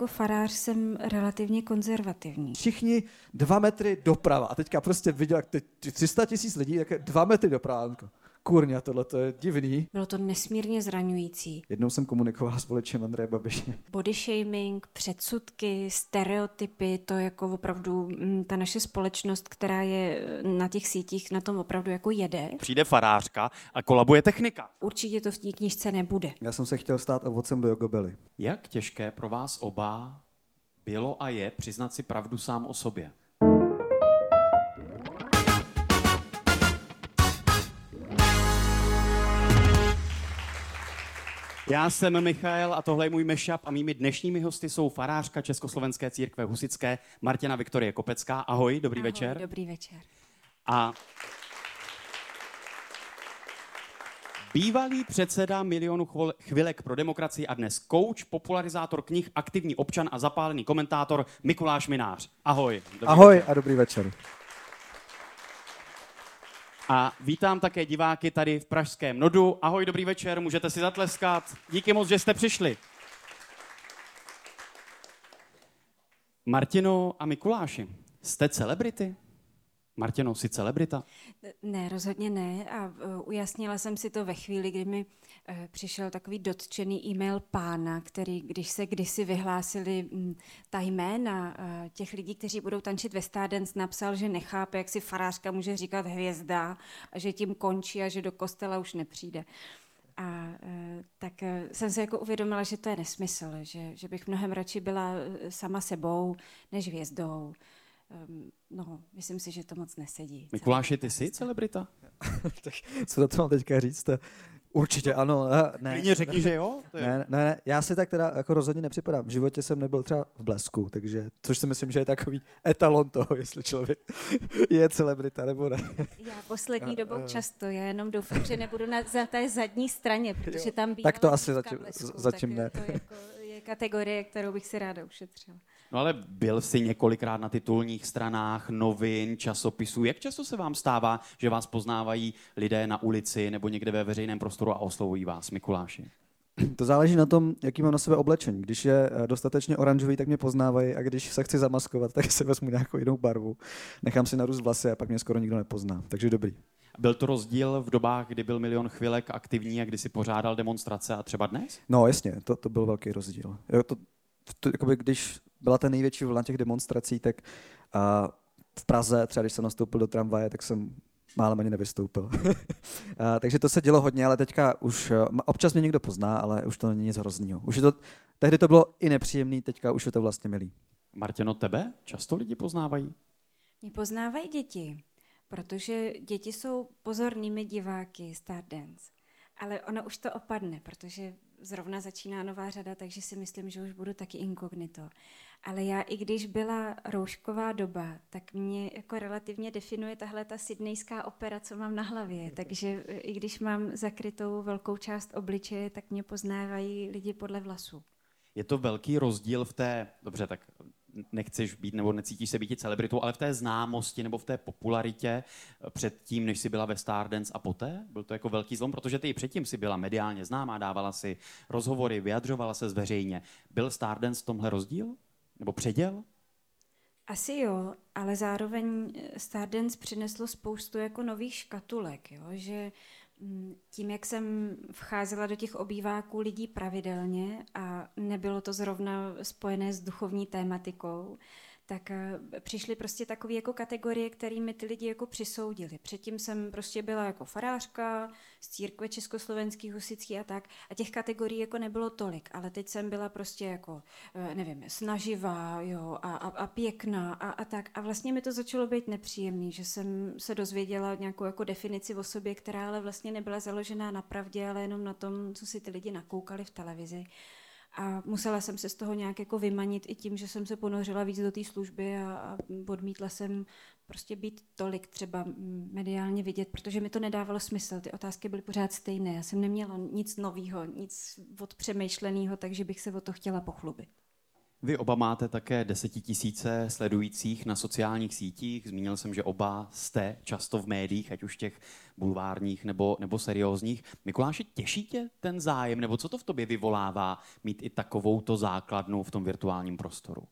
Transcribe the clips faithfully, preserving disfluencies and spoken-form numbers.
jako farář jsem relativně konzervativní. Všichni dva metry doprava. A teďka prostě viděl, jak teď tři sta tisíc lidí, jak je dva metry doprava. Kurňa, tohle to je divný. Bylo to nesmírně zraňující. Jednou jsem komunikoval s voličem Andreje Babiše. Body shaming, předsudky, stereotypy, to jako opravdu m, ta naše společnost, která je na těch sítích, na tom opravdu jako jede. Přijde farářka a kolabuje technika. Určitě to v té knížce nebude. Já jsem se chtěl stát ovocem do jogobely. Jak těžké pro vás oba bylo a je přiznat si pravdu sám o sobě? Já jsem Michael a tohle je můj mashup a mými dnešními hosty jsou farářka Československé církve husitské Martina Viktorie Kopecká. Ahoj, dobrý Ahoj, večer. Dobrý večer. A bývalý předseda Milionu chvilek pro demokracii a dnes coach, popularizátor knih, aktivní občan a zapálený komentátor Mikuláš Minář. Ahoj. Ahoj večer. A dobrý večer. A vítám také diváky tady v pražském Nodu. Ahoj, dobrý večer, můžete si zatleskat. Díky moc, že jste přišli. Martino a Mikuláši, jste celebrity? Martino, jsi celebrita? Ne, rozhodně ne. A uh, ujasnila jsem si to ve chvíli, kdy mi uh, přišel takový dotčený e-mail pána, který, když se kdysi vyhlásili um, ta jména uh, těch lidí, kteří budou tančit ve Stardance, napsal, že nechápe, jak si farářka může říkat hvězda a že tím končí a že do kostela už nepřijde. A uh, tak uh, jsem se jako uvědomila, že to je nesmysl, že, že bych mnohem radši byla sama sebou než hvězdou. Um, no, myslím si, že to moc nesedí. Mikuláši, ty jsi celebrita? Tak co to mám teďka říct? Určitě ano. Ne, Klidně řekni, že jo? To je... ne, ne, ne, já si tak teda jako rozhodně nepřipadám. V životě jsem nebyl třeba v Blesku, takže, což si myslím, že je takový etalon toho, jestli člověk je celebrita nebo ne. Já poslední dobou často, já jenom doufám, že nebudu na za té zadní straně, protože tam bývá. Tak to asi zatím, Blesku, zatím ne. To jako je kategorie, kterou bych si ráda ušetřila. No ale byl jsi několikrát na titulních stranách novin, časopisů. Jak často se vám stává, že vás poznávají lidé na ulici nebo někde ve veřejném prostoru a oslovují vás, Mikuláši? To záleží na tom, jaký mám na sebe oblečení. Když je dostatečně oranžový, tak mě poznávají, a když se chci zamaskovat, tak si vezmu nějakou jinou barvu. Nechám si narůst vlasy a pak mě skoro nikdo nepozná. Takže dobrý. Byl to rozdíl v dobách, kdy byl Milion chvilek aktivní a kdy si pořádal demonstrace a třeba dnes? No jasně, to, to byl velký rozdíl. Jo, to, to, jakoby, když byla ta největší vlna těch demonstrací, tak a v Praze, třeba když jsem nastoupil do tramvaje, tak jsem málem ani nevystoupil. a, takže to se dělo hodně, ale teďka už, občas mě někdo pozná, ale už to není nic hroznýho. Už je to, tehdy to bylo i nepříjemný, teďka už je to vlastně milý. Martino, tebe často lidi poznávají? Mě poznávají děti, protože děti jsou pozornými diváky Stardance. Ale ono už to opadne, protože zrovna začíná nová řada, takže si myslím, že už budu taky inkognito. Ale já, i když byla roušková doba, tak mě jako relativně definuje tahle ta sydnejská opera, co mám na hlavě. Takže i když mám zakrytou velkou část obličeje, tak mě poznávají lidi podle vlasů. Je to velký rozdíl v té, dobře, tak nechceš být nebo necítíš se být celebritou, ale v té známosti nebo v té popularitě před tím, než jsi byla ve Stardance a poté? Byl to jako velký zlom, protože ty i předtím si byla mediálně známá, dávala si rozhovory, vyjadřovala se zveřejně. Byl Stardance v tomhle rozdíl? Nebo předěl? Asi jo, ale zároveň Stardance přineslo spoustu jako nových škatulek, jo? Že tím, jak jsem vcházela do těch obýváků lidí pravidelně a nebylo to zrovna spojené s duchovní tématikou, tak přišly prostě takové jako kategorie, kterými ty lidi jako přisoudili. Předtím jsem prostě byla jako farářka z církve československých, husitských a tak a těch kategorií jako nebylo tolik, ale teď jsem byla prostě jako, nevím, snaživá, jo, a, a, a pěkná a, a tak a vlastně mi to začalo být nepříjemný, že jsem se dozvěděla nějakou jako definici o sobě, která ale vlastně nebyla založená na pravdě, ale jenom na tom, co si ty lidi nakoukali v televizi. A musela jsem se z toho nějak jako vymanit i tím, že jsem se ponořila víc do té služby a, a odmítla jsem prostě být tolik třeba mediálně vidět, protože mi to nedávalo smysl. Ty otázky byly pořád stejné. Já jsem neměla nic nového, nic odpřemýšleného, takže bych se o to chtěla pochlubit. Vy oba máte také desetitisíce sledujících na sociálních sítích. Zmínil jsem, že oba jste často v médiích, ať už těch bulvárních nebo, nebo seriózních. Mikuláši, těší tě ten zájem, nebo co to v tobě vyvolává mít i takovouto základnu v tom virtuálním prostoru?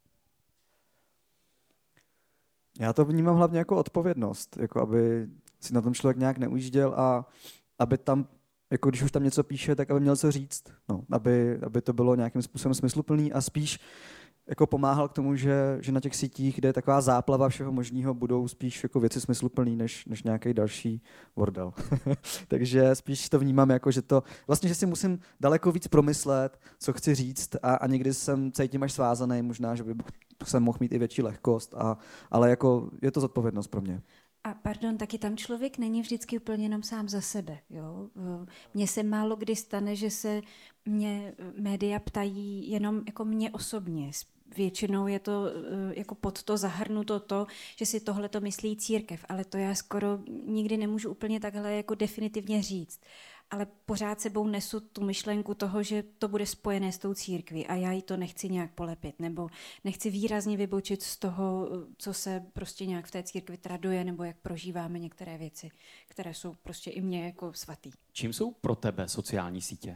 Já to vnímám hlavně jako odpovědnost, jako aby si na tom člověk nějak neujížděl a aby tam, jako když už tam něco píše, tak aby měl co říct, no, aby, aby to bylo nějakým způsobem smysluplný a spíš jako pomáhal k tomu, že, že na těch sítích, kde je taková záplava všeho možného, budou spíš jako věci smysluplný, než, než nějaký další bordel. Takže spíš to vnímám jako, že to, vlastně, že si musím daleko víc promyslet, co chci říct a, a někdy jsem cítím až svázaný, možná, že by jsem mohl mít i větší lehkost, a, ale jako je to zodpovědnost pro mě. A pardon, taky tam člověk není vždycky úplně jenom sám za sebe. Jo? Mně se málo kdy stane, že se mě média ptají jenom jako mě osobně. Většinou je to jako pod to zahrnuto to, že si tohle to myslí církev, ale to já skoro nikdy nemůžu úplně takhle jako definitivně říct. Ale pořád sebou nesu tu myšlenku toho, že to bude spojené s tou církví a já jí to nechci nějak polepit, nebo nechci výrazně vybočit z toho, co se prostě nějak v té církvi traduje, nebo jak prožíváme některé věci, které jsou prostě i mně jako svatý. Čím jsou pro tebe sociální sítě?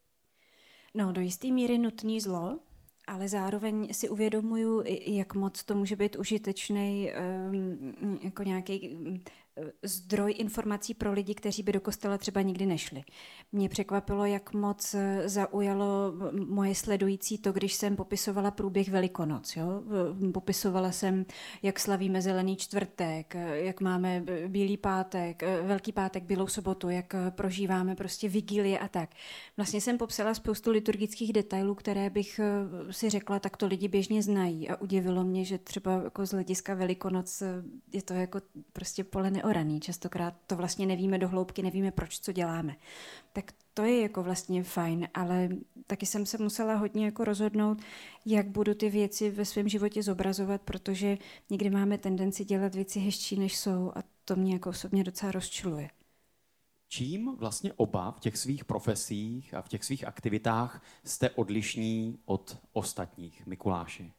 No, do jisté míry nutný zlo, ale zároveň si uvědomuju, jak moc to může být užitečný um, jako nějaký zdroj informací pro lidi, kteří by do kostela třeba nikdy nešli. Mě překvapilo, jak moc zaujalo moje sledující to, když jsem popisovala průběh Velikonoc. Jo? Popisovala jsem, jak slavíme Zelený čtvrtek, jak máme Bílý pátek, Velký pátek, Bílou sobotu, jak prožíváme prostě vigílie a tak. Vlastně jsem popsala spoustu liturgických detailů, které bych si řekla, tak to lidi běžně znají, a udivilo mě, že třeba jako z hlediska Velikonoc je to jako prostě pole neoraný. Častokrát to vlastně nevíme do hloubky, nevíme, proč co děláme. Tak to je jako vlastně fajn, ale taky jsem se musela hodně jako rozhodnout, jak budu ty věci ve svém životě zobrazovat, protože někdy máme tendenci dělat věci hezčí, než jsou, a to mě jako osobně docela rozčiluje. Čím vlastně oba v těch svých profesích a v těch svých aktivitách jste odlišní od ostatních, Mikuláši?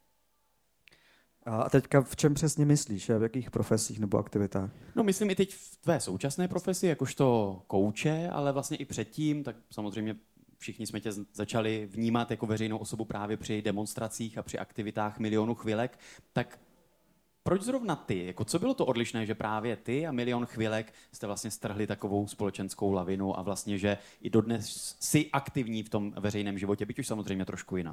A teďka v čem přesně myslíš? V jakých profesích nebo aktivitách? No, myslím i teď v tvé současné profesi, jakožto kouče, ale vlastně i předtím, tak samozřejmě všichni jsme tě začali vnímat jako veřejnou osobu právě při demonstracích a při aktivitách Milionu chvilek. Tak proč zrovna ty? Jako co bylo to odlišné, že právě ty a Milion chvilek jste vlastně strhli takovou společenskou lavinu a vlastně, že i dodnes jsi aktivní v tom veřejném životě, byť už samozřejmě trošku jinak?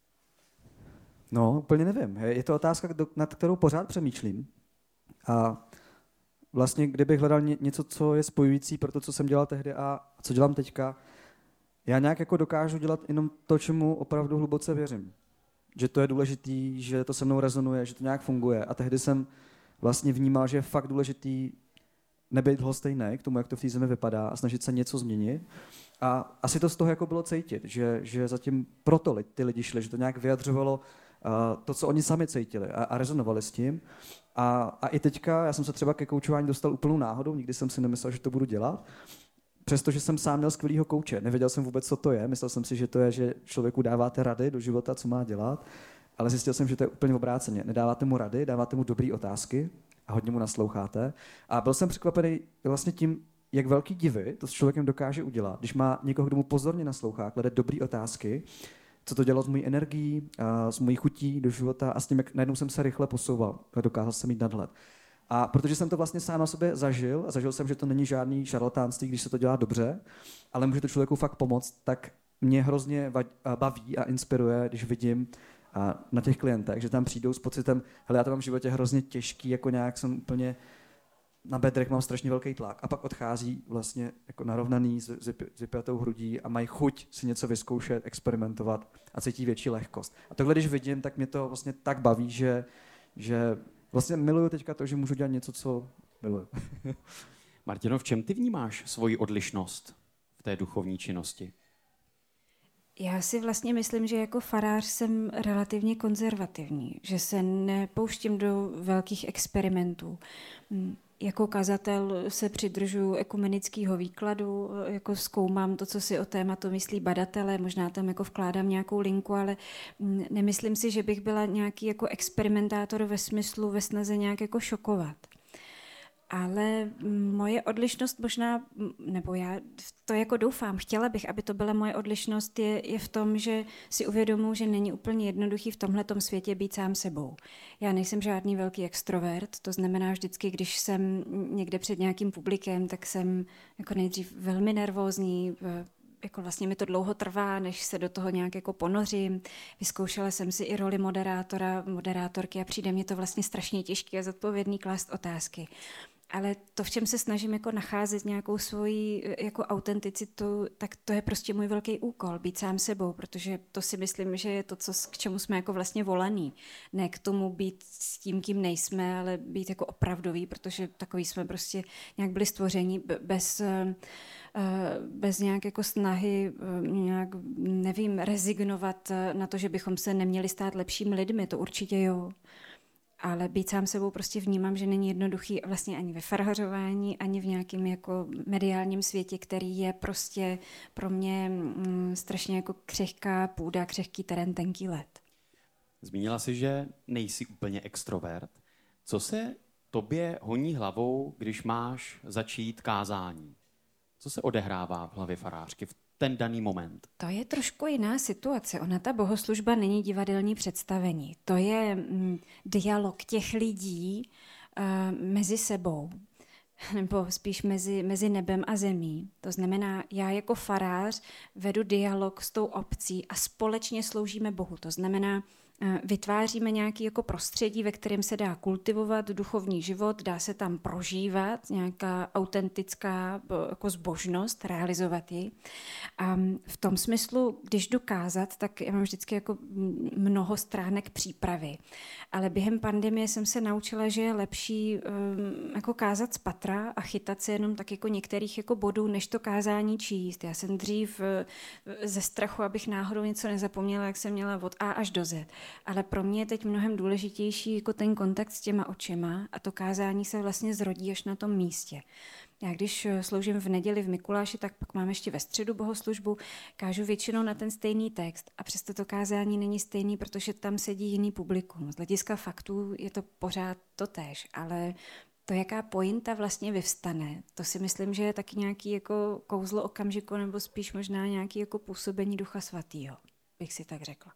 No, úplně nevím. Je to otázka, nad kterou pořád přemýšlím. A vlastně, kdybych hledal něco, co je spojující pro to, co jsem dělal tehdy a co dělám teďka, já nějak jako dokážu dělat jenom to, čemu opravdu hluboce věřím. Že to je důležitý, že to se mnou rezonuje, že to nějak funguje. A tehdy jsem vlastně vnímal, že je fakt důležitý nebejt lhostejný k tomu, jak to v té zemi vypadá, a snažit se něco změnit. A asi to z toho jako bylo cítit, že, že zatím proto ty lidi šli, že to nějak vyjadřovalo uh, to, co oni sami cítili a, a rezonovali s tím. A, a i teďka, já jsem se třeba ke koučování dostal úplnou náhodou, nikdy jsem si nemyslel, že to budu dělat, přestože jsem sám měl skvělýho kouče. Nevěděl jsem vůbec, co to je. Myslel jsem si, že to je, že člověku dáváte rady do života, co má dělat, ale zjistil jsem, že to je úplně obráceně. Nedáváte mu rady, dáváte mu dobré otázky a hodně mu nasloucháte. A byl jsem překvapený vlastně tím, jak velký divy to s člověkem dokáže udělat, když má někoho, kdo mu pozorně naslouchá, klade dobré otázky, co to dělalo s mojí energií, s mojí chutí do života a s tím, jak najednou jsem se rychle posouval a dokázal jsem mít nadhled. A protože jsem to vlastně sám na sobě zažil, a zažil jsem, že to není žádný šarlatánství, když se to dělá dobře, ale může to člověku fakt pomoct, tak mě hrozně baví a inspiruje, když vidím na těch klientech, že tam přijdou s pocitem, hele, já to mám v životě hrozně těžký, jako nějak jsem úplně na bedrech, mám strašně velký tlak, a pak odchází vlastně jako narovnaný s vypjatou hrudí a mají chuť si něco vyzkoušet, experimentovat a cítí větší lehkost. A tohle, když vidím, tak mě to vlastně tak baví, že, že vlastně miluju teďka to, že můžu dělat něco, co miluju. Martino, v čem ty vnímáš svoji odlišnost v té duchovní činnosti? Já si vlastně myslím, že jako farář jsem relativně konzervativní, že se nepouštím do velkých experimentů. jako kazatel se přidržuju ekumenického výkladu, jako zkoumám to, co si o tématu myslí badatelé, možná tam jako vkládám nějakou linku, ale nemyslím si, že bych byla nějaký jako experimentátor ve smyslu ve snaze nějak jako šokovat. Ale moje odlišnost možná, nebo já to jako doufám, chtěla bych, aby to byla moje odlišnost, je, je v tom, že si uvědomuji, že není úplně jednoduchý v tomhletom světě být sám sebou. Já nejsem žádný velký extrovert, to znamená vždycky, když jsem někde před nějakým publikem, tak jsem jako nejdřív velmi nervózní, jako vlastně mi to dlouho trvá, než se do toho nějak jako ponořím. Vyzkoušela jsem si i roli moderátora, moderátorky a přijde mi to vlastně strašně těžké a zodpovědný klást otázky. Ale to, v čem se snažím jako nacházet nějakou svoji jako autenticitu, tak to je prostě můj velký úkol, být sám sebou, protože to si myslím, že je to, co, k čemu jsme jako vlastně volaný. Ne k tomu být s tím, kým nejsme, ale být jako opravdový, protože takový jsme prostě nějak byli stvoření bez, bez nějak jako snahy nějak, nevím, rezignovat na to, že bychom se neměli stát lepšími lidmi, to určitě jo. Ale být sám sebou prostě vnímám, že není jednoduchý vlastně ani ve farhařování, ani v nějakém jako mediálním světě, který je prostě pro mě mm, strašně jako křehká půda, křehký terén, tenký led. Zmínila jsi, že nejsi úplně extrovert. Co se tobě honí hlavou, když máš začít kázání? Co se odehrává v hlavě farářky v ten daný moment? To je trošku jiná situace. Ona, ta bohoslužba, není divadelní představení. To je mm, dialog těch lidí uh, mezi sebou, nebo spíš mezi, mezi nebem a zemí. To znamená, já jako farář vedu dialog s tou obcí a společně sloužíme Bohu. To znamená, vytváříme nějaké jako prostředí, ve kterém se dá kultivovat duchovní život, dá se tam prožívat nějaká autentická jako zbožnost, realizovat ji. A v tom smyslu, když jdu kázat, tak já mám vždycky jako mnoho stránek přípravy. Ale během pandemie jsem se naučila, že je lepší um, jako kázat z patra a chytat se jenom tak jako některých jako bodů, než to kázání číst. Já jsem dřív uh, ze strachu, abych náhodou něco nezapomněla, jak jsem měla od A až do Z. Ale pro mě je teď mnohem důležitější jako ten kontakt s těma očima a to kázání se vlastně zrodí až na tom místě. Já když sloužím v neděli v Mikuláši, tak pak mám ještě ve středu bohoslužbu, kážu většinou na ten stejný text a přesto to kázání není stejný, protože tam sedí jiný publikum. Z hlediska faktů je to pořád totéž, ale to, jaká pointa vlastně vyvstane, to si myslím, že je taky nějaký jako kouzlo okamžiku nebo spíš možná nějaký jako působení Ducha Svatýho, bych si tak řekla.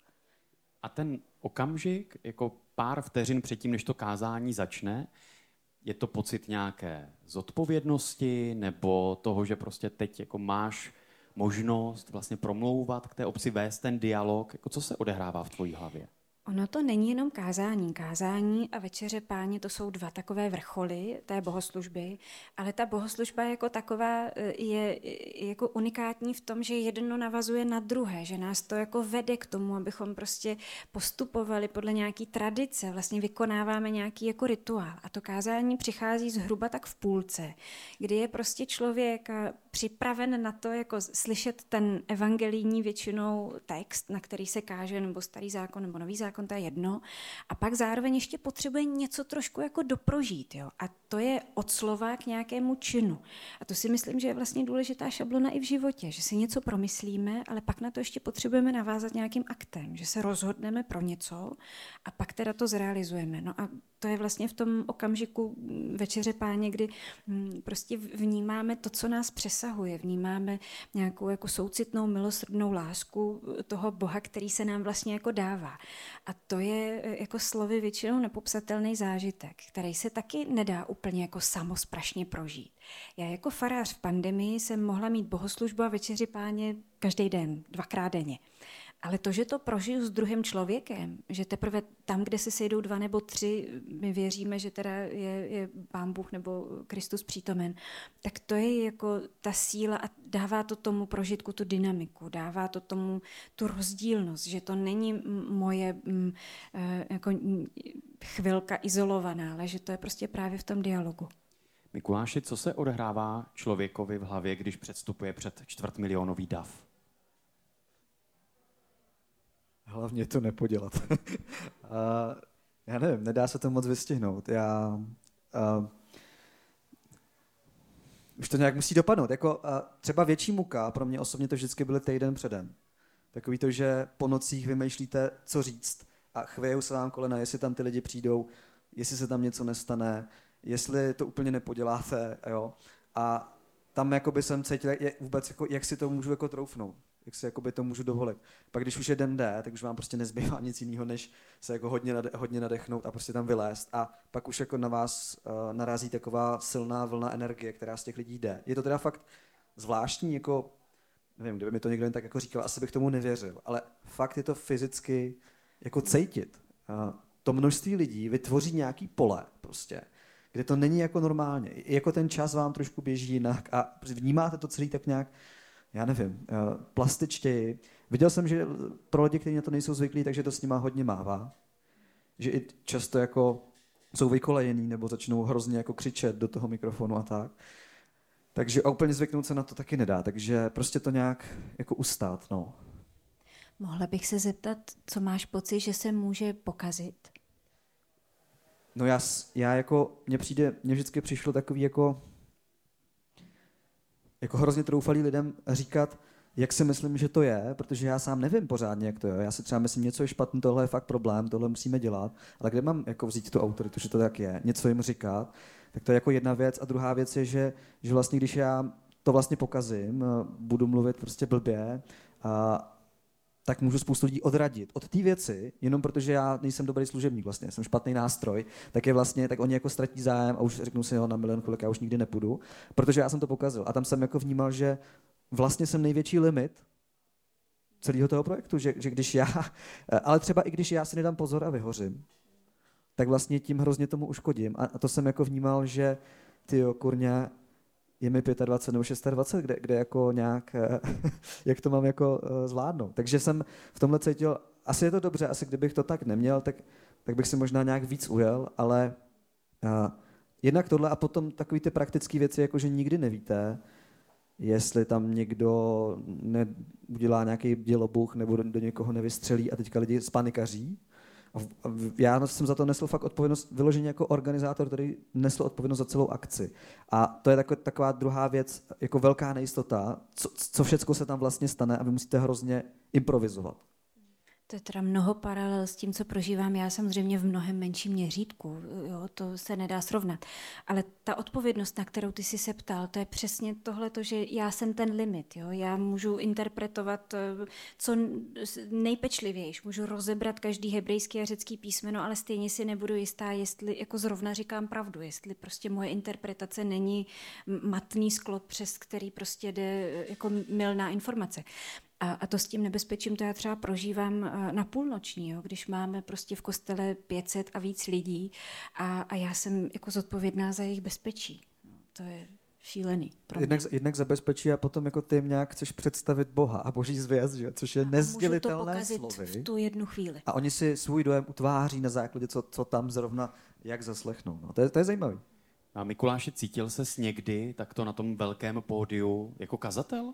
A ten okamžik, jako pár vteřin předtím, než to kázání začne, je to pocit nějaké zodpovědnosti nebo toho, že prostě teď jako máš možnost vlastně promlouvat k té obci, vést ten dialog? Jako co se odehrává v tvojí hlavě? Ono to není jenom kázání. Kázání a večeře Páně, to jsou dva takové vrcholy té bohoslužby, ale ta bohoslužba jako taková je jako unikátní v tom, že jedno navazuje na druhé, že nás to jako vede k tomu, abychom prostě postupovali podle nějaký tradice, vlastně vykonáváme nějaký jako rituál. A to kázání přichází zhruba tak v půlce, kdy je prostě člověk připraven na to, jako slyšet ten evangelijní většinou text, na který se káže, nebo starý zákon, nebo nový zákon, to je jedno. A pak zároveň ještě potřebuje něco trošku jako doprožít. Jo? A to je od slova k nějakému činu. A to si myslím, že je vlastně důležitá šablona i v životě, že si něco promyslíme, ale pak na to ještě potřebujeme navázat nějakým aktem, že se rozhodneme pro něco a pak teda to zrealizujeme. No a to je vlastně v tom okamžiku večeře Páně, kdy prostě vnímáme to, co nás přesahuje, vnímáme nějakou jako soucitnou, milosrdnou lásku toho Boha, který se nám vlastně jako dává. A to je jako slovy většinou nepopsatelný zážitek, který se taky nedá úplně jako samosprašně prožít. Já jako farář v pandemii jsem mohla mít bohoslužbu a večeři Páně každý den, dvakrát denně. Ale to, že to prožiju s druhým člověkem, že teprve tam, kde se sejdou dva nebo tři, my věříme, že teda je, je Pán Bůh nebo Kristus přítomen, tak to je jako ta síla a dává to tomu prožitku tu dynamiku, dává to tomu tu rozdílnost, že to není moje m, jako chvilka izolovaná, ale že to je prostě právě v tom dialogu. Mikuláši, co se odehrává člověkovi v hlavě, když předstupuje před čtvrtmilionový dav? Hlavně to nepodělat. a, já nevím, nedá se to moc vystihnout. Já, a, už to nějak musí dopadnout. Jako, a třeba větší muka, pro mě osobně to vždycky byly týden předem. Takový to, že po nocích vymýšlíte, co říct a chvějou se vám kolena, jestli tam ty lidi přijdou, jestli se tam něco nestane, jestli to úplně nepoděláte, jo. A tam jakoby jsem cítil, jak, vůbec, jako, jak si to můžu jako troufnout, jak si jakoby to můžu dovolit. Pak když už jeden jde, tak už vám prostě nezbývá nic jiného, než se jako hodně, nade, hodně nadechnout a prostě tam vylézt. A pak už jako na vás uh, narazí taková silná vlna energie, která z těch lidí jde. Je to teda fakt zvláštní, jako, nevím, kdyby mi to někdo jen tak jako říkal, asi bych tomu nevěřil, ale fakt je to fyzicky jako cítit. Uh, to množství lidí vytvoří nějaký pole prostě, kde to není jako normálně. I jako ten čas vám trošku běží jinak a vnímáte to celý tak nějak, já nevím, plastičtěji. Viděl jsem, že pro lidi, kteří na to nejsou zvyklí, takže to s nima hodně mává. Že i často jako jsou vykolejený nebo začnou hrozně jako křičet do toho mikrofonu a tak. Takže a úplně zvyknout se na to taky nedá, takže prostě to nějak jako ustát, no. Mohla bych se zeptat, co máš pocit, že se může pokazit? No já, já jako, mně přijde, mně vždycky přišlo takový jako, jako hrozně troufalý lidem říkat, jak si myslím, že to je, protože já sám nevím pořádně, jak to je. Já si třeba myslím, něco je špatný, tohle je fakt problém, tohle musíme dělat, ale kde mám jako vzít tu autoritu, že to tak je, něco jim říkat, tak to je jako jedna věc. A druhá věc je, že, že vlastně, když já to vlastně pokazím, budu mluvit prostě blbě, a tak můžu spoustu lidí odradit od té věci, jenom protože já nejsem dobrý služebník vlastně, jsem špatný nástroj, tak je vlastně, tak oni jako ztratí zájem a už řeknou si ho na milion chvilek, já už nikdy nepůjdu, protože já jsem to pokazil. A tam jsem jako vnímal, že vlastně jsem největší limit celého toho projektu, že, že když já, ale třeba i když já si nedám pozor a vyhořím, tak vlastně tím hrozně tomu uškodím. A, a to jsem jako vnímal, že tyjo, kurňa, je mi dvacet pět nebo dvacet šest, kde, kde jako nějak, jak to mám jako zvládnout. Takže jsem v tomhle cítil, asi je to dobře, asi kdybych to tak neměl, tak, tak bych si možná nějak víc ujel, ale uh, jednak tohle a potom takový ty praktické věci, jako že nikdy nevíte, jestli tam někdo udělá nějaký dělobuch nebo do, do někoho nevystřelí a teďka lidi spanikaří. Já jsem za to nesl fakt odpovědnost vyloženě jako organizátor, který nesl odpovědnost za celou akci. A to je taková, taková druhá věc, jako velká nejistota, co, co všecko se tam vlastně stane a vy musíte hrozně improvizovat. To je teda mnoho paralel s tím, co prožívám já samozřejmě v mnohem menším měřítku. Jo, to se nedá srovnat. Ale ta odpovědnost, na kterou ty jsi se ptal, to je přesně tohleto, že já jsem ten limit. Jo? Já můžu interpretovat co nejpečlivější, můžu rozebrat každý hebrejský a řecký písmeno, ale stejně si nebudu jistá, jestli jako zrovna říkám pravdu, jestli prostě moje interpretace není matný sklop, přes který prostě jde jako mylná informace. A, a to s tím nebezpečím to já třeba prožívám na půlnoční, jo, když máme prostě v kostele pět set a víc lidí a, a já jsem jako zodpovědná za jejich bezpečí. No, to je šílený. Jednak, jednak za bezpečí a potom jako ty nějak chceš představit Boha a boží zvěst, že? Což je nezdělitelné slovy. V tu jednu chvíli. A oni si svůj dojem utváří na základě, co, co tam zrovna jak zaslechnou. No, to, je, to je zajímavé. A Mikuláši, cítil ses někdy takto na tom velkém pódiu jako kazatel?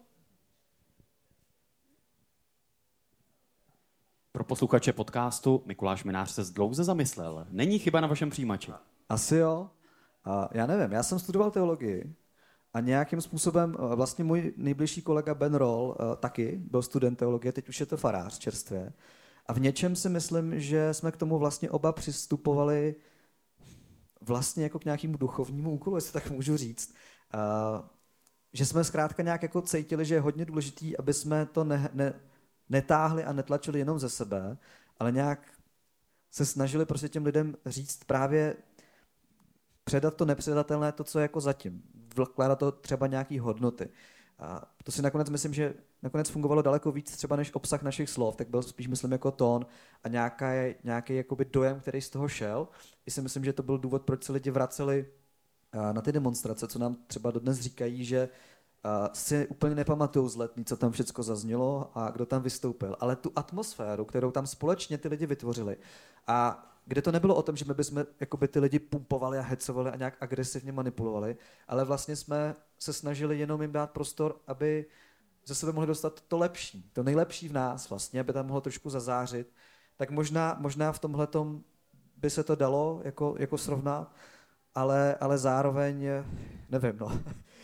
Pro posluchače podcastu Mikuláš Minář se dlouze zamyslel. Není chyba na vašem přijímači? Asi jo. A já nevím, já jsem studoval teologii a nějakým způsobem vlastně můj nejbližší kolega Ben Roll taky byl student teologie, teď už je to farář čerstvě. A v něčem si myslím, že jsme k tomu vlastně oba přistupovali vlastně jako k nějakému duchovnímu úkolu, jestli tak můžu říct. A že jsme zkrátka nějak jako cítili, že je hodně důležitý, aby jsme to ne, ne, netáhli a netlačili jenom ze sebe, ale nějak se snažili prostě těm lidem říct právě předat to nepředatelné, to, co je jako zatím. Vkládat to třeba nějaký hodnoty. A to si nakonec myslím, že nakonec fungovalo daleko víc třeba než obsah našich slov, tak byl spíš myslím jako tón a nějaký, nějaký jakoby dojem, který z toho šel. I si myslím, že to byl důvod, proč se lidi vraceli na ty demonstrace, co nám třeba dodnes říkají, že Uh, si úplně nepamatují z Letný, co tam všecko zaznělo a kdo tam vystoupil, ale tu atmosféru, kterou tam společně ty lidi vytvořili a kde to nebylo o tom, že my bychom jakoby ty lidi pumpovali a hecovali a nějak agresivně manipulovali, ale vlastně jsme se snažili jenom jim dát prostor, aby ze sebe mohli dostat to lepší, to nejlepší v nás vlastně, aby tam mohlo trošku zazářit, tak možná, možná v tomhletom by se to dalo jako, jako srovnat, ale, ale zároveň, nevím, no.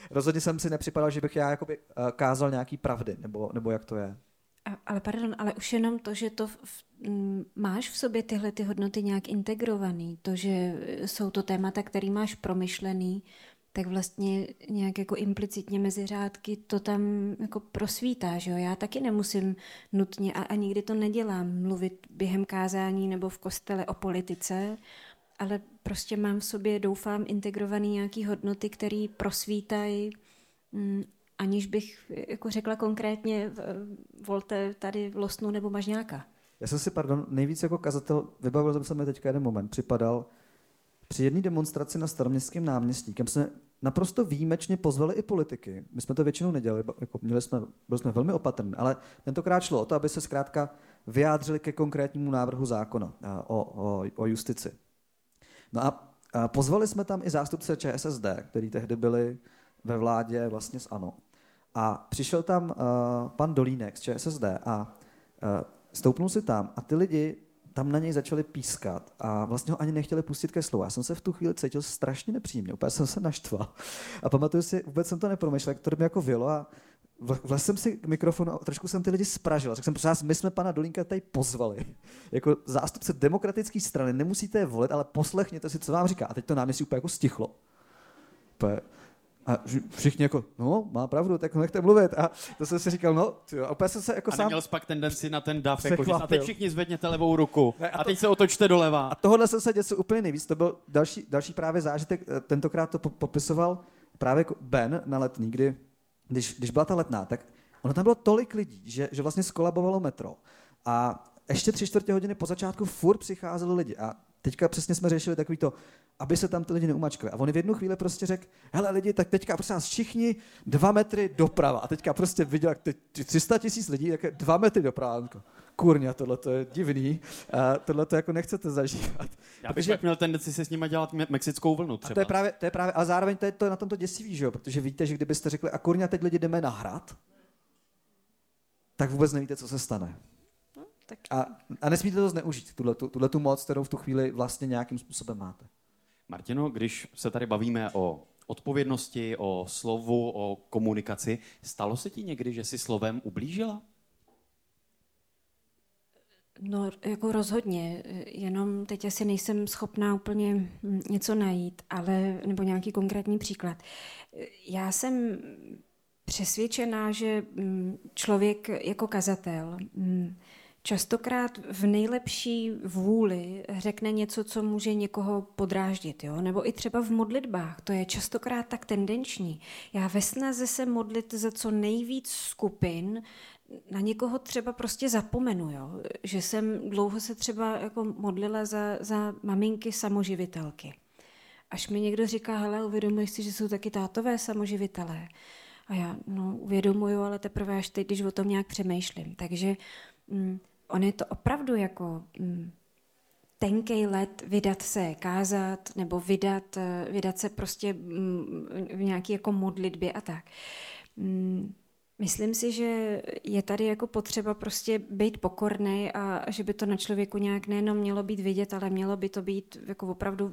rozhodně jsem si nepřipadal, že bych já jakoby uh, kázal nějaký pravdy, nebo, nebo jak to je. A, ale pardon, ale už jenom to, že to v, m, máš v sobě tyhle ty hodnoty nějak integrovaný, to, že jsou to témata, který máš promyšlený, tak vlastně nějak jako implicitně mezi řádky to tam jako prosvítá, že jo? Já taky nemusím nutně, a, a nikdy to nedělám, mluvit během kázání nebo v kostele o politice, ale prostě mám v sobě, doufám, integrovaný nějaký hodnoty, které prosvítají, mm, aniž bych jako řekla konkrétně volte tady Losnu nebo Mažňáka. Já jsem si, pardon, nejvíc jako kazatel, vybavil jsem se mi teďka jeden moment, připadal při jedné demonstraci na Staroměstském náměstí, kam jsme naprosto výjimečně pozvali i politiky. My jsme to většinou nedělali, jako měli jsme, byli jsme velmi opatrní, ale tentokrát šlo o to, aby se zkrátka vyjádřili ke konkrétnímu návrhu zákona o, o, o justici. No a, a pozvali jsme tam i zástupce ČSSD, který tehdy byli ve vládě vlastně s ANO. A přišel tam uh, pan Dolínek z ČSSD a uh, stoupnul si tam a ty lidi tam na něj začali pískat a vlastně ho ani nechtěli pustit ke slovu. Já jsem se v tu chvíli cítil strašně nepříjemně, úplně jsem se naštval. A pamatuju si, vůbec jsem to nepromyšlel, jak to mi jako vylo a vlastně jsem si k mikrofonu a trošku jsem ty lidi spražil. Řekl jsem, prosím vás, my jsme pana Dolínka tady pozvali. Jako zástupce demokratické strany, nemusíte je volit, ale poslechněte si, co vám říká. A teď to náměstí úplně jako stichlo. Úplně. A všichni jako, no, má pravdu, tak nechte mluvit. A to jsem si říkal, no, tyjo, a úplně jsem se jako a sám... neměl jsi pak tendenci na ten dav, jako, že a teď všichni zvedněte levou ruku ne, a, to... a teď se otočte doleva. A tohohle jsem se dělal úplně nejvíc, to byl další, další právě zážitek, tentokrát to popisoval právě Ben na Letný, kdy, když, když byla ta Letná, tak ono tam bylo tolik lidí, že, že vlastně skolabovalo metro. A ještě tři čtvrtě hodiny po začátku furt přicházeli lidi a teďka přesně jsme řešili takový to, aby se tam ty lidi neumačkali. A on v jednu chvíli prostě řekl, hele lidi, tak teďka prosím nás všichni dva metry doprava. A teďka prostě viděl, jak tři sta tisíc lidí, jak dva metry doprava. Kurňa, tohle to je divný. A tohle to jako nechcete zažívat. Já bych protože... měl tendenci se s nima dělat me- mexickou vlnu třeba. A to je právě, to je právě, ale zároveň to je to na tomto děsivý, že jo? Protože víte, že kdybyste řekli, a kurňa, teď lidi jdeme na hrad, tak vůbec nevíte, co se stane. A, a nesmíte to zneužít, tuhle tu moc, kterou v tu chvíli vlastně nějakým způsobem máte. Martino, když se tady bavíme o odpovědnosti, o slovu, o komunikaci, stalo se ti někdy, že jsi slovem ublížila? No, jako rozhodně, jenom teď asi nejsem schopná úplně něco najít, ale, nebo nějaký konkrétní příklad. Já jsem přesvědčená, že člověk jako kazatel častokrát v nejlepší vůli řekne něco, co může někoho podráždit, jo? Nebo i třeba v modlitbách, to je častokrát tak tendenční. Já ve snaze se modlit za co nejvíc skupin, na někoho třeba prostě zapomenu, jo? Že jsem dlouho se třeba jako modlila za, za maminky samoživitelky. Až mi někdo říká, hele, uvědomuješ si, že jsou taky tátové samoživitelé. A já, no, uvědomuju, ale teprve až teď, když o tom nějak přemýšlím. Takže mm, on je to opravdu jako mm, tenkej let vydat se kázat nebo vydat, vydat se prostě mm, v nějaké jako modlitbě a tak. Mm, myslím si, že je tady jako potřeba prostě být pokornej a že by to na člověku nějak nejenom mělo být vidět, ale mělo by to být jako opravdu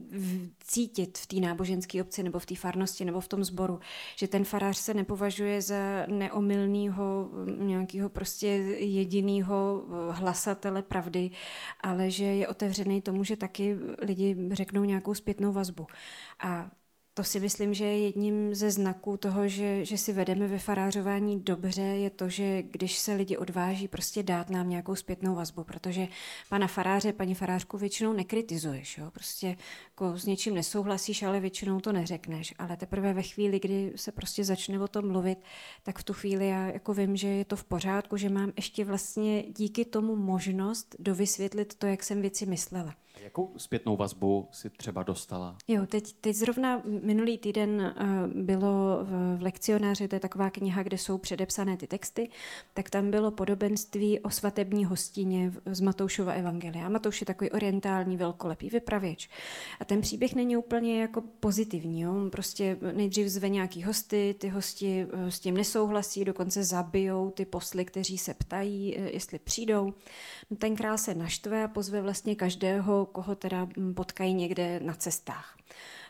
cítit v té náboženské obci nebo v té farnosti nebo v tom sboru, že ten farář se nepovažuje za neomylného nějakého prostě jedinýho hlasatele pravdy, ale že je otevřený tomu, že taky lidi řeknou nějakou zpětnou vazbu. A to si myslím, že je jedním ze znaků toho, že, že si vedeme ve farářování dobře, je to, že když se lidi odváží prostě dát nám nějakou zpětnou vazbu, protože pana faráře, paní farářku většinou nekritizuješ, jo? Prostě jako s něčím nesouhlasíš, ale většinou to neřekneš, ale teprve ve chvíli, kdy se prostě začne o tom mluvit, tak v tu chvíli já jako vím, že je to v pořádku, že mám ještě vlastně díky tomu možnost dovysvětlit to, jak jsem věci myslela. Jakou zpětnou vazbu si třeba dostala? Jo, teď, teď zrovna minulý týden uh, bylo v, v lekcionáři, to je taková kniha, kde jsou předepsané ty texty, tak tam bylo podobenství o svatební hostině z Matoušova evangelia. Matouš je takový orientální velkolepý vypravěč. A ten příběh není úplně jako pozitivní. Jo? On prostě nejdřív zve nějaký hosty, ty hosti s tím nesouhlasí, dokonce zabijou ty posly, kteří se ptají, jestli přijdou. No, ten král se naštve a pozve vlastně každého, koho teda potkají někde na cestách.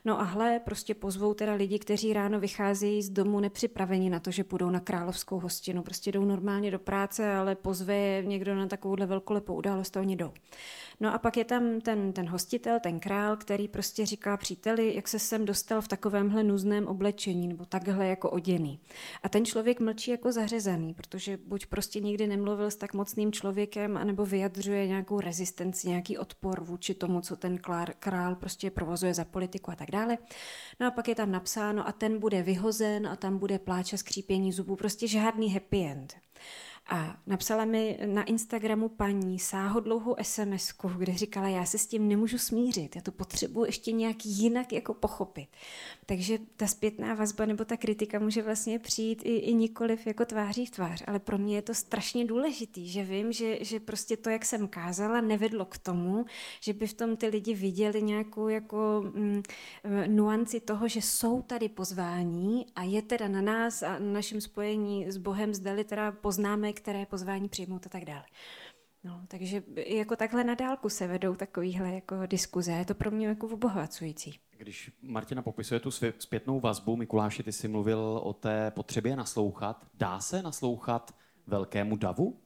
No a hle, prostě pozvou teda lidi, kteří ráno vycházejí z domu nepřipraveni na to, že půjdou na královskou hostinu. Prostě jdou normálně do práce, ale pozve je někdo na takovouhle velkolepou událost a oni jdou. No a pak je tam ten, ten hostitel, ten král, který prostě říká příteli, jak se sem dostal v takovémhle nuzném oblečení nebo takhle jako oděný. A ten člověk mlčí jako zařezaný, protože buď prostě nikdy nemluvil s tak mocným člověkem, anebo vyjadřuje nějakou rezistenci, nějaký odpor vůči tomu, co ten král prostě provozuje za politiku a tak dále. No a pak je tam napsáno a ten bude vyhozen a tam bude pláč a skřípění zubů, prostě žádný happy end. A napsala mi na Instagramu paní sáhodlouhou SMSku, kde říkala, já se s tím nemůžu smířit, já to potřebuji ještě nějak jinak jako pochopit. Takže ta zpětná vazba nebo ta kritika může vlastně přijít i, i nikoliv jako tváří v tvář, ale pro mě je to strašně důležitý, že vím, že, že prostě to, jak jsem kázala, nevedlo k tomu, že by v tom ty lidi viděli nějakou jako mm, nuanci toho, že jsou tady pozvání a je teda na nás a na našem spojení s Bohem zdali teda poznáme, které pozvání přijmout a tak dále. No, takže jako takhle na dálku se vedou takovýhle jako diskuze. Je to pro mě jako obohacující. Když Martina popisuje tu zpětnou vazbu, Mikuláši, ty jsi mluvil o té potřebě naslouchat. Dá se naslouchat velkému davu?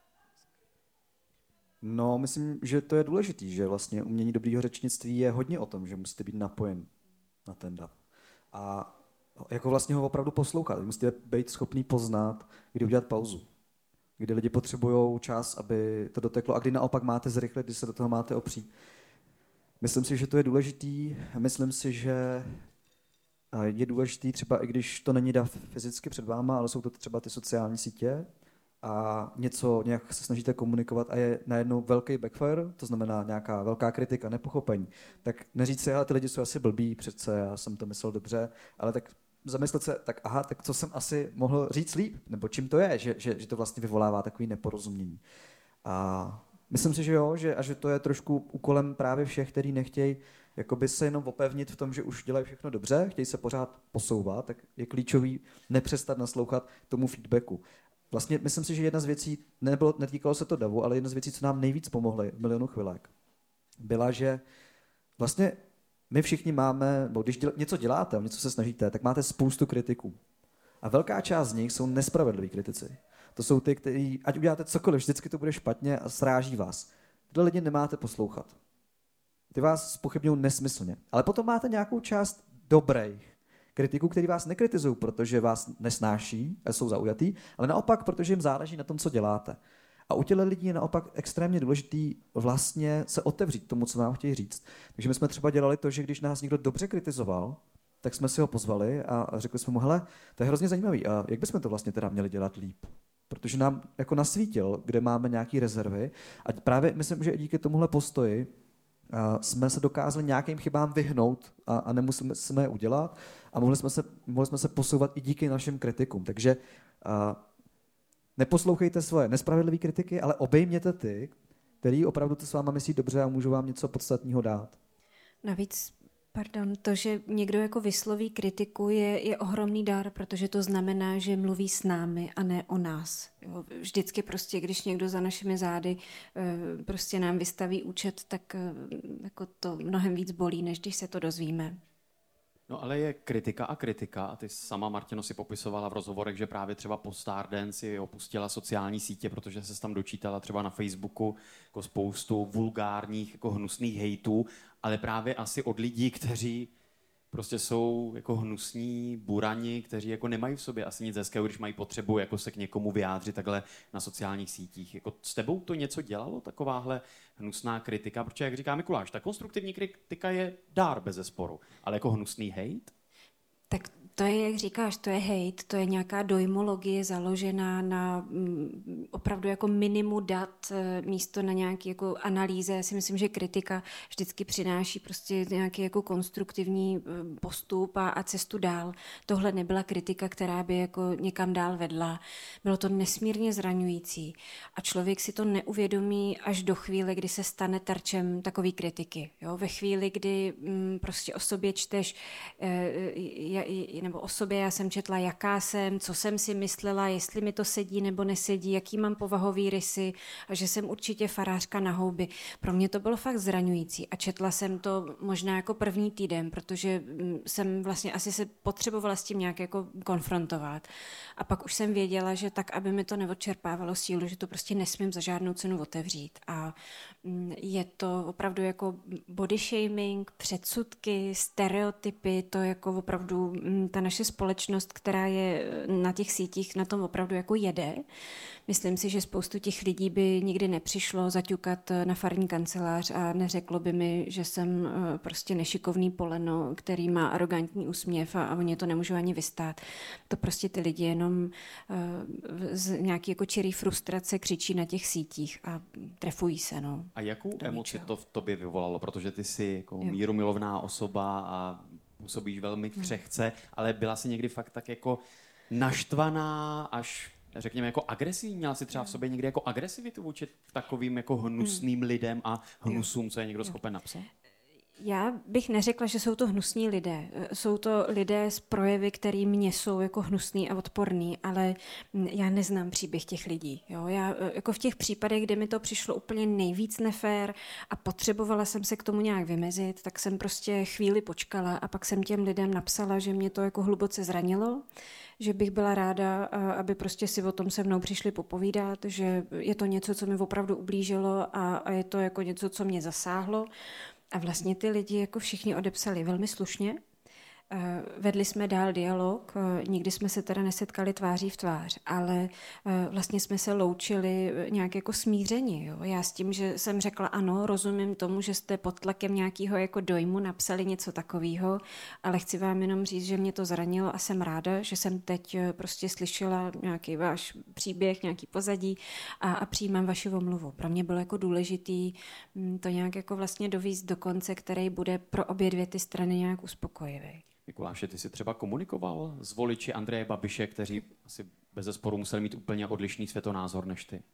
No, myslím, že to je důležitý, že vlastně umění dobrýho řečnictví je hodně o tom, že musíte být napojen na ten dav. A jako vlastně ho opravdu poslouchat. Musíte být schopný poznat, kdy udělat pauzu. Kdy lidi potřebují čas, aby to doteklo a kdy naopak máte zrychlit, kdy se do toho máte opřít. Myslím si, že to je důležitý. Myslím si, že je důležitý třeba i když to není dav fyzicky před váma, ale jsou to třeba ty sociální sítě a něco nějak se snažíte komunikovat a je najednou velký backfire, to znamená nějaká velká kritika, nepochopení. Tak neříct si, ale ty lidi jsou asi blbí, přece já jsem to myslel dobře, ale tak zamyslet se, tak aha, tak co jsem asi mohl říct líp, nebo čím to je, že, že, že to vlastně vyvolává takový neporozumění. A myslím si, že jo, že, a že to je trošku úkolem právě všech, kteří nechtějí jakoby se jenom opevnit v tom, že už dělají všechno dobře, chtějí se pořád posouvat, tak je klíčový nepřestat naslouchat tomu feedbacku. Vlastně myslím si, že jedna z věcí, nebylo, netýkalo se to davu, ale jedna z věcí, co nám nejvíc pomohly v Milionu chvilek, byla, že vlastně my všichni máme, bo když děl, něco děláte, něco se snažíte, tak máte spoustu kritiků. A velká část z nich jsou nespravedliví kritici. To jsou ty, kteří, ať uděláte cokoliv, vždycky to bude špatně a sráží vás. Tyhle lidi nemáte poslouchat. Ty vás zpochybňují nesmyslně. Ale potom máte nějakou část dobrých kritiků, kteří vás nekritizují, protože vás nesnáší a jsou zaujatý, ale naopak, protože jim záleží na tom, co děláte. A u těchto lidí je naopak extrémně důležitý vlastně se otevřít tomu, co vám chtějí říct. Takže my jsme třeba dělali to, že když nás někdo dobře kritizoval, tak jsme si ho pozvali a řekli jsme mu, hele, to je hrozně zajímavý, a jak bychom to vlastně teda měli dělat líp? Protože nám jako nasvítil, kde máme nějaké rezervy a právě myslím, že díky tomuhle postoji jsme se dokázali nějakým chybám vyhnout a, a nemuseli jsme je udělat a mohli jsme, se, mohli jsme se posouvat i díky našim kritikům. Takže a, neposlouchejte svoje nespravedlivé kritiky, ale obejměte ty, který opravdu to s váma myslí dobře a můžou vám něco podstatného dát. Navíc, pardon, to, že někdo jako vysloví kritiku, je, je ohromný dar, protože to znamená, že mluví s námi a ne o nás. Jo, vždycky prostě, když někdo za našimi zády e, prostě nám vystaví účet, tak e, jako to mnohem víc bolí, než když se to dozvíme. No ale je kritika a kritika a ty sama, Martino, si popisovala v rozhovorech, že právě třeba po Stardance si opustila sociální sítě, protože se tam dočítala třeba na Facebooku jako spoustu vulgárních, jako hnusných hejtů, ale právě asi od lidí, kteří prostě jsou jako hnusní burani, kteří jako nemají v sobě asi nic hezkého, když mají potřebu jako se k někomu vyjádřit takhle na sociálních sítích. Jako s tebou to něco dělalo, takováhle hnusná kritika? Protože, jak říká Mikuláš, ta konstruktivní kritika je dár bezesporu, ale jako hnusný hejt? Tak to je, jak říkáš, to je hejt, to je nějaká dojmologie založená na mm, opravdu jako minimu dat místo na nějaký jako analýze. Já si myslím, že kritika vždycky přináší prostě nějaký jako konstruktivní postup a, a cestu dál. Tohle nebyla kritika, která by jako někam dál vedla. Bylo to nesmírně zraňující a člověk si to neuvědomí až do chvíle, kdy se stane terčem takové kritiky. Jo? Ve chvíli, kdy mm, prostě o sobě čteš, e, nebo o sobě já jsem četla, jaká jsem, co jsem si myslela, jestli mi to sedí nebo nesedí, jaký mám povahový rysy a že jsem určitě farářka na houby. Pro mě to bylo fakt zraňující a četla jsem to možná jako první týden, protože jsem vlastně asi se potřebovala s tím nějak jako konfrontovat. A pak už jsem věděla, že tak, aby mi to neodčerpávalo sílu, že to prostě nesmím za žádnou cenu otevřít. A je to opravdu jako body shaming, předsudky, stereotypy, to jako opravdu ta naše společnost, která je na těch sítích, na tom opravdu jako jede. Myslím si, že spoustu těch lidí by nikdy nepřišlo zaťukat na farní kancelář a neřeklo by mi, že jsem prostě nešikovný poleno, který má arrogantní úsměv a, a oni to nemůžou ani vystát. To prostě ty lidi jenom z nějaký jako čirý frustrace křičí na těch sítích a trefují se. No, a jakou emoci to v tobě vyvolalo? Protože ty jsi jako mírumilovná osoba a působíš velmi křehce, ale byla jsi někdy fakt tak jako naštvaná až, řekněme, jako agresivní? Měla jsi třeba v sobě někdy jako agresivitu vůči takovým jako hnusným lidem a hnusům, co je někdo schopen napsat? Já bych neřekla, že jsou to hnusní lidé. Jsou to lidé z projevy, který mě jsou jako hnusný a odporný, ale já neznám příběh těch lidí. Jo? Já jako v těch případech, kde mi to přišlo úplně nejvíc nefér a potřebovala jsem se k tomu nějak vymezit, tak jsem prostě chvíli počkala a pak jsem těm lidem napsala, že mě to jako hluboce zranilo, že bych byla ráda, aby prostě si o tom se mnou přišli popovídat, že je to něco, co mi opravdu ublížilo a, a je to jako něco, co mě zasáhlo. A vlastně ty lidi jako všichni odepsali velmi slušně. Vedli jsme dál dialog, nikdy jsme se teda nesetkali tváří v tvář, ale vlastně jsme se loučili nějak jako smíření. Jo? Já s tím, že jsem řekla ano, rozumím tomu, že jste pod tlakem nějakého jako dojmu napsali něco takového, ale chci vám jenom říct, že mě to zranilo a jsem ráda, že jsem teď prostě slyšela nějaký váš příběh, nějaký pozadí a, a přijímám vaši omluvu. Pro mě bylo jako důležitý to nějak jako vlastně dovízt do konce, který bude pro obě dvě ty strany nějak uspokojivý. Mikuláše, ty jsi třeba komunikoval s voliči Andreje Babiše, kteří asi bezesporu museli mít úplně odlišný světonázor než ty?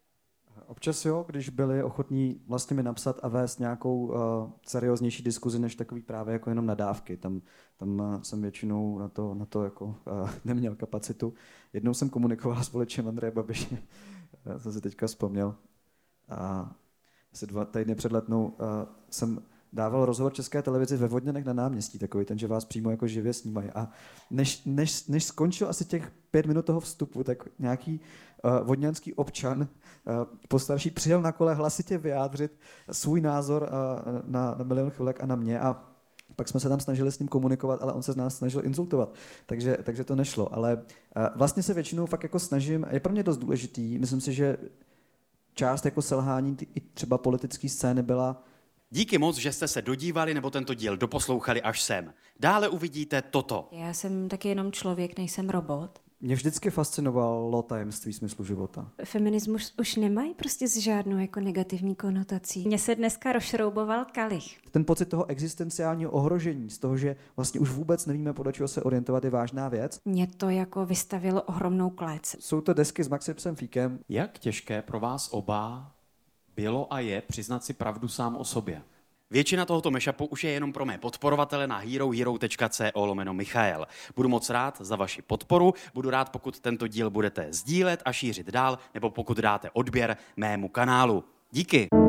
Občas jo, když byli ochotní vlastně mi napsat a vést nějakou uh, serióznější diskuzi, než takový právě jako jenom nadávky. Tam, tam uh, jsem většinou na to, na to jako, uh, neměl kapacitu. Jednou jsem komunikoval s voličem Andreje Babiše, já jsem si teďka vzpomněl. A asi dva týdny před letnou uh, jsem dával rozhovor České televizi ve Vodňanech na náměstí, takový ten, že vás přímo jako živě snímají. A než, než, než skončil asi těch pět minut toho vstupu, tak nějaký uh, vodňanský občan uh, postarší přijel na kole hlasitě vyjádřit svůj názor uh, na, na Milion chvilek a na mě a pak jsme se tam snažili s ním komunikovat, ale on se z nás snažil insultovat, takže, takže to nešlo. Ale uh, vlastně se většinou fakt jako snažím, je pro mě dost důležitý, myslím si, že část jako selhání i třeba politické scény byla. Díky moc, že jste se dodívali nebo tento díl doposlouchali až sem. Dále uvidíte toto. Já jsem taky jenom člověk, nejsem robot. Mě vždycky fascinovalo tajemství smyslu života. Feminismus už nemají prostě s žádnou jako negativní konotací. Mně se dneska rozšrouboval kalich. Ten pocit toho existenciálního ohrožení, z toho, že vlastně už vůbec nevíme, podle čeho se orientovat, je vážná věc. Mě to jako vystavilo ohromnou klec. Jsou to desky s Maxipsem Fíkem. Jak těžké pro vás oba bylo a je přiznat si pravdu sám o sobě? Většina tohoto mashupu už je jenom pro mé podporovatele na herohero.co lomeno Michael. Budu moc rád za vaši podporu, budu rád, pokud tento díl budete sdílet a šířit dál, nebo pokud dáte odběr mému kanálu. Díky.